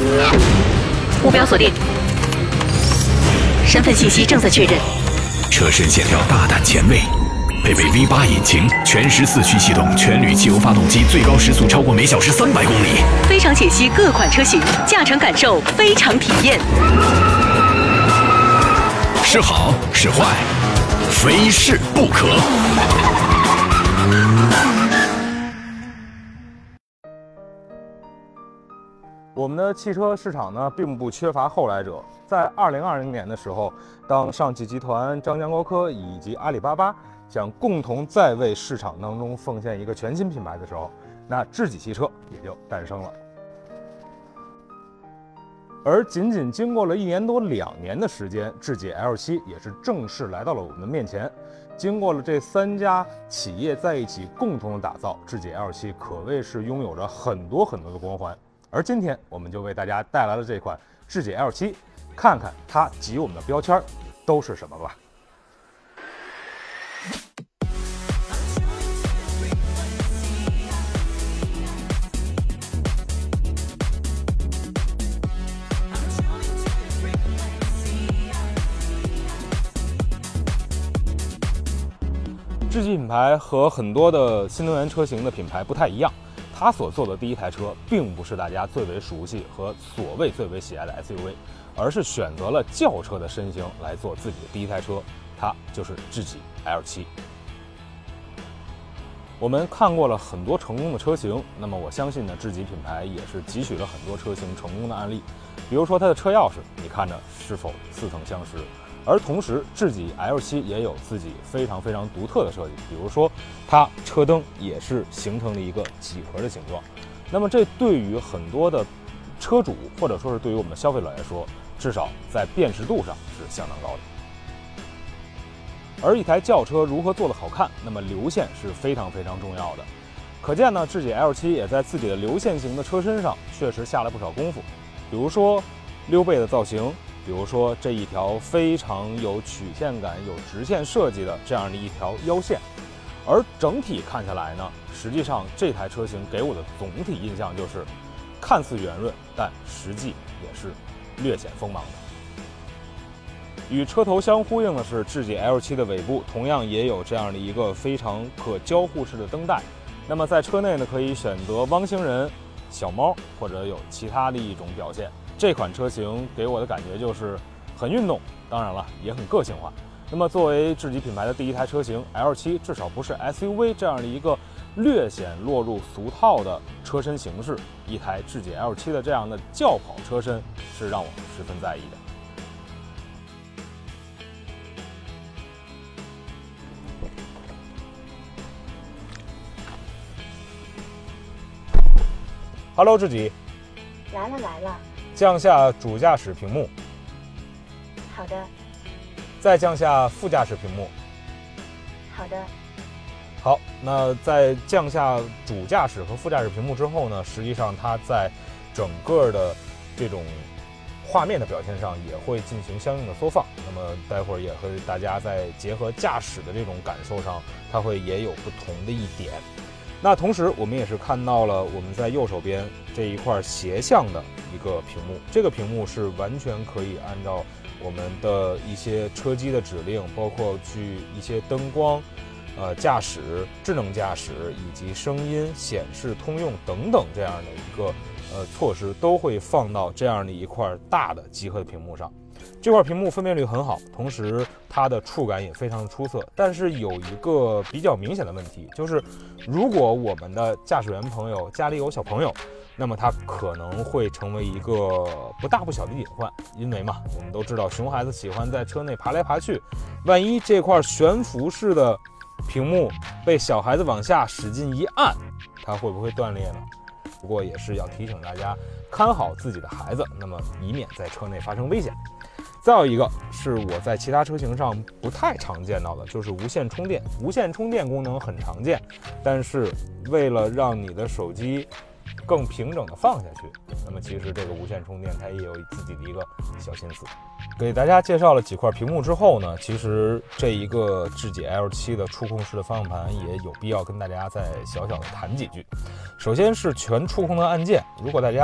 目标锁定，身份信息正在确认。 车身线条大胆前卫，配备 V8 引擎，全时4驱系统，全铝汽油发动机，最高时速超过每小时300公里。 非常解析各款车型，驾乘感受非常体验。 是好是坏，非试不可。 我们的汽车市场呢，并不缺乏后来者。在2020年的时候，当上汽集团、张江高科以及阿里巴巴想共同再为市场当中奉献一个全新品牌的时候，那智己汽车也就诞生了。而仅仅经过了1年多2年的时间，智己 L7也是正式来到了我们的面前。经过了这3家企业在一起共同的打造，智己 L7可谓是拥有着很多的光环。而今天我们就为大家带来了这款智己 L7，看看它及我们的标签都是什么吧。智己品牌和很多的新能源车型的品牌不太一样，它所做的第一台车并不是大家最为熟悉和所谓最为喜爱的 SUV， 而是选择了轿车的身形来做自己的第一台车，它就是智己 L7。我们看过了很多成功的车型，那么我相信呢，智己品牌也是汲取了很多车型成功的案例，比如说它的车钥匙，你看着是否似曾相识？而同时，智己 L7也有自己非常独特的设计，比如说它车灯也是形成了一个几何的形状。那么这对于很多的车主或者说是对于我们的消费者来说，至少在辨识度上是相当高的。而一台轿车如何做得好看，那么流线是非常重要的。可见呢，智己 L7也在自己的流线型的车身上确实下了不少功夫，比如说溜背的造型，比如说这一条非常有曲线感、有直线设计的这样的一条腰线。而整体看下来呢，实际上这台车型给我的总体印象就是看似圆润，但实际也是略显锋芒的。与车头相呼应的是，智己 L7的尾部同样也有这样的一个非常可交互式的灯带。那么在车内呢，可以选择汪星人、小猫或者有其他的一种表现。这款车型给我的感觉就是很运动，当然了，也很个性化。那么作为智己品牌的第一台车型 L7， 至少不是 SUV 这样的一个略显落入俗套的车身形式，一台智己 L7的这样的轿跑车身是让我十分在意的。Hello， 智己。 来了。 降下主驾驶屏幕。 好的。 再降下副驾驶屏幕。 好的。 好，那在降下主驾驶和副驾驶屏幕之后呢，实际上它在整个的这种画面的表现上也会进行相应的缩放。那么待会儿也和大家在结合驾驶的这种感受上，它会也有不同的一点。那同时我们也是看到了我们在右手边这一块斜向的一个屏幕，这个屏幕是完全可以按照我们的一些车机的指令，包括去一些灯光、驾驶、智能驾驶以及声音、显示通用等等这样的一个措施，都会放到这样的一块大的集合的屏幕上。这块屏幕分辨率很好，同时它的触感也非常的出色，但是有一个比较明显的问题，就是如果我们的驾驶员朋友家里有小朋友，那么它可能会成为一个不大不小的隐患。因为嘛，我们都知道熊孩子喜欢在车内爬来爬去，万一这块悬浮式的屏幕被小孩子往下使劲一按，它会不会断裂呢？不过也是要提醒大家看好自己的孩子，那么以免在车内发生危险。再有一个是我在其他车型上不太常见到的，就是无线充电。无线充电功能很常见，但是为了让你的手机更平整的放下去，那么其实这个无线充电它也有自己的一个小心思。给大家介绍了几块屏幕之后呢，其实这一个智己 L7的触控式的方向盘也有必要跟大家再小小的谈几句。首先是全触控的按键，如果大家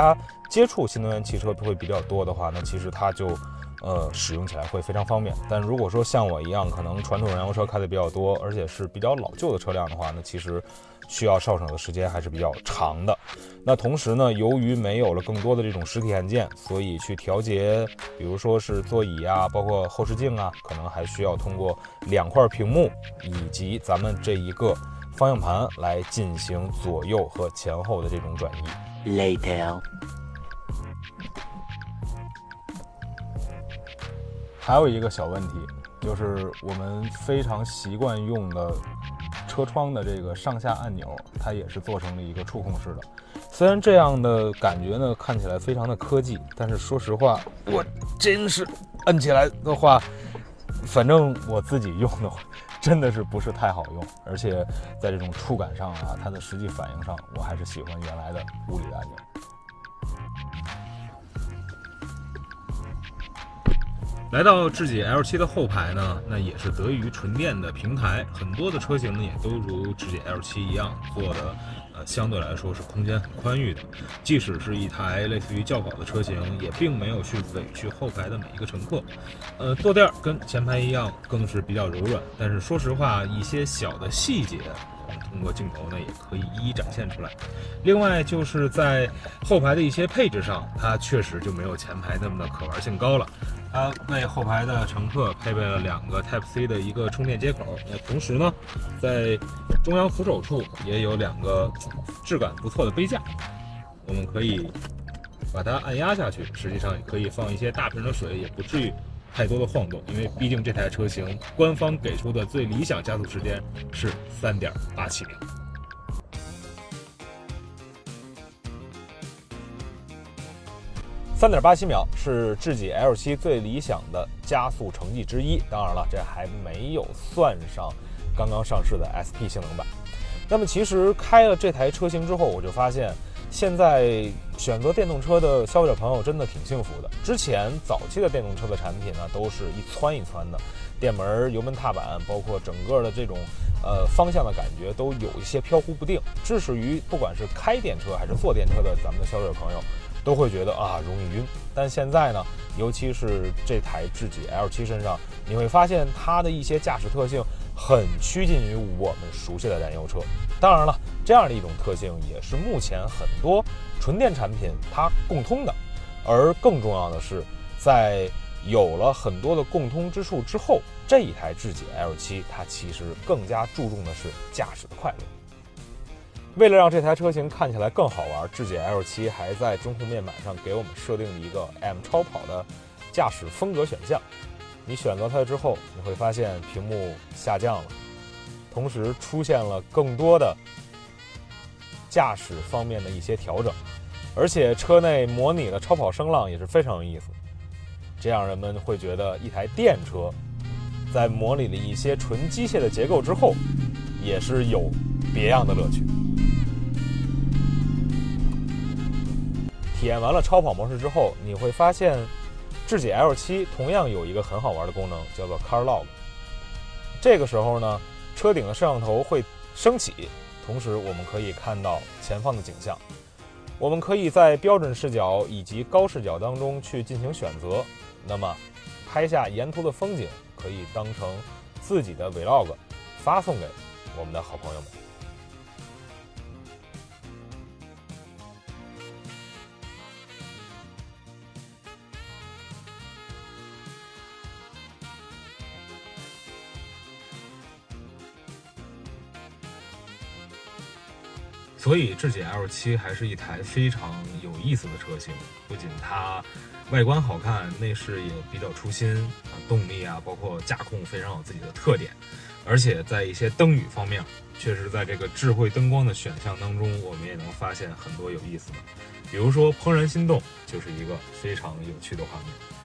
接触新能源汽车会比较多的话，那其实它就使用起来会非常方便。但如果说像我一样，可能传统燃油车开的比较多，而且是比较老旧的车辆的话，那其实需要烧省的时间还是比较长的。那同时呢，由于没有了更多的这种实体按键，所以去调节，比如说是座椅啊，包括后视镜啊，可能还需要通过2块屏幕以及咱们这一个方向盘来进行左右和前后的这种转移。 Later。 还有一个小问题，就是我们非常习惯用的车窗的这个上下按钮，它也是做成了一个触控式的。虽然这样的感觉呢看起来非常的科技，但是说实话，我真是摁起来的话，反正我自己用的话真的是不是太好用，而且在这种触感上啊，它的实际反应上，我还是喜欢原来的物理的按钮。来到智己 L7 的后排呢，那也是得益于纯电的平台，很多的车型呢也都如智己 L7 一样做的，相对来说是空间很宽裕的。即使是一台类似于轿跑的车型，也并没有去委屈后排的每一个乘客。坐垫跟前排一样，更是比较柔软。但是说实话，一些小的细节，通过镜头呢也可以一一展现出来。另外就是在后排的一些配置上，它确实就没有前排那么的可玩性高了。它为后排的乘客配备了2个 Type-C 的一个充电接口，同时呢，在中央扶手处也有2个质感不错的杯架，我们可以把它按压下去，实际上也可以放一些大瓶的水，也不至于太多的晃动，因为毕竟这台车型官方给出的最理想加速时间是3.87秒。3.87秒是智己 L7 最理想的加速成绩之一，当然了，这还没有算上刚刚上市的 SP 性能版。那么其实开了这台车型之后，我就发现现在选择电动车的消费者朋友真的挺幸福的。之前早期的电动车的产品呢，都是一窜一窜的，电门、油门踏板，包括整个的这种方向的感觉都有一些飘忽不定，致使于不管是开电车还是坐电车的咱们的消费者朋友都会觉得容易晕。但现在呢，尤其是这台智己 L7 身上，你会发现它的一些驾驶特性很趋近于我们熟悉的燃油车。当然了，这样的一种特性也是目前很多纯电产品它共通的。而更重要的是，在有了很多的共通之处之后，这一台智己 L7 它其实更加注重的是驾驶的快乐。为了让这台车型看起来更好玩，智己 L7 还在中控面板上给我们设定了一个 M 超跑的驾驶风格选项。你选择它之后，你会发现屏幕下降了，同时出现了更多的驾驶方面的一些调整，而且车内模拟的超跑声浪也是非常有意思。这样人们会觉得一台电车在模拟了一些纯机械的结构之后，也是有别样的乐趣。体验完了超跑模式之后，你会发现智己 L7 同样有一个很好玩的功能，叫做 Car Log。 这个时候呢，车顶的摄像头会升起，同时我们可以看到前方的景象。我们可以在标准视角以及高视角当中去进行选择，那么拍下沿途的风景可以当成自己的 Vlog 发送给我们的好朋友们。所以智己 L7 还是一台非常有意思的车型，不仅它外观好看，内饰也比较出新，动力啊，包括驾控非常有自己的特点，而且在一些灯语方面，确实在这个智慧灯光的选项当中，我们也能发现很多有意思的，比如说怦然心动就是一个非常有趣的画面。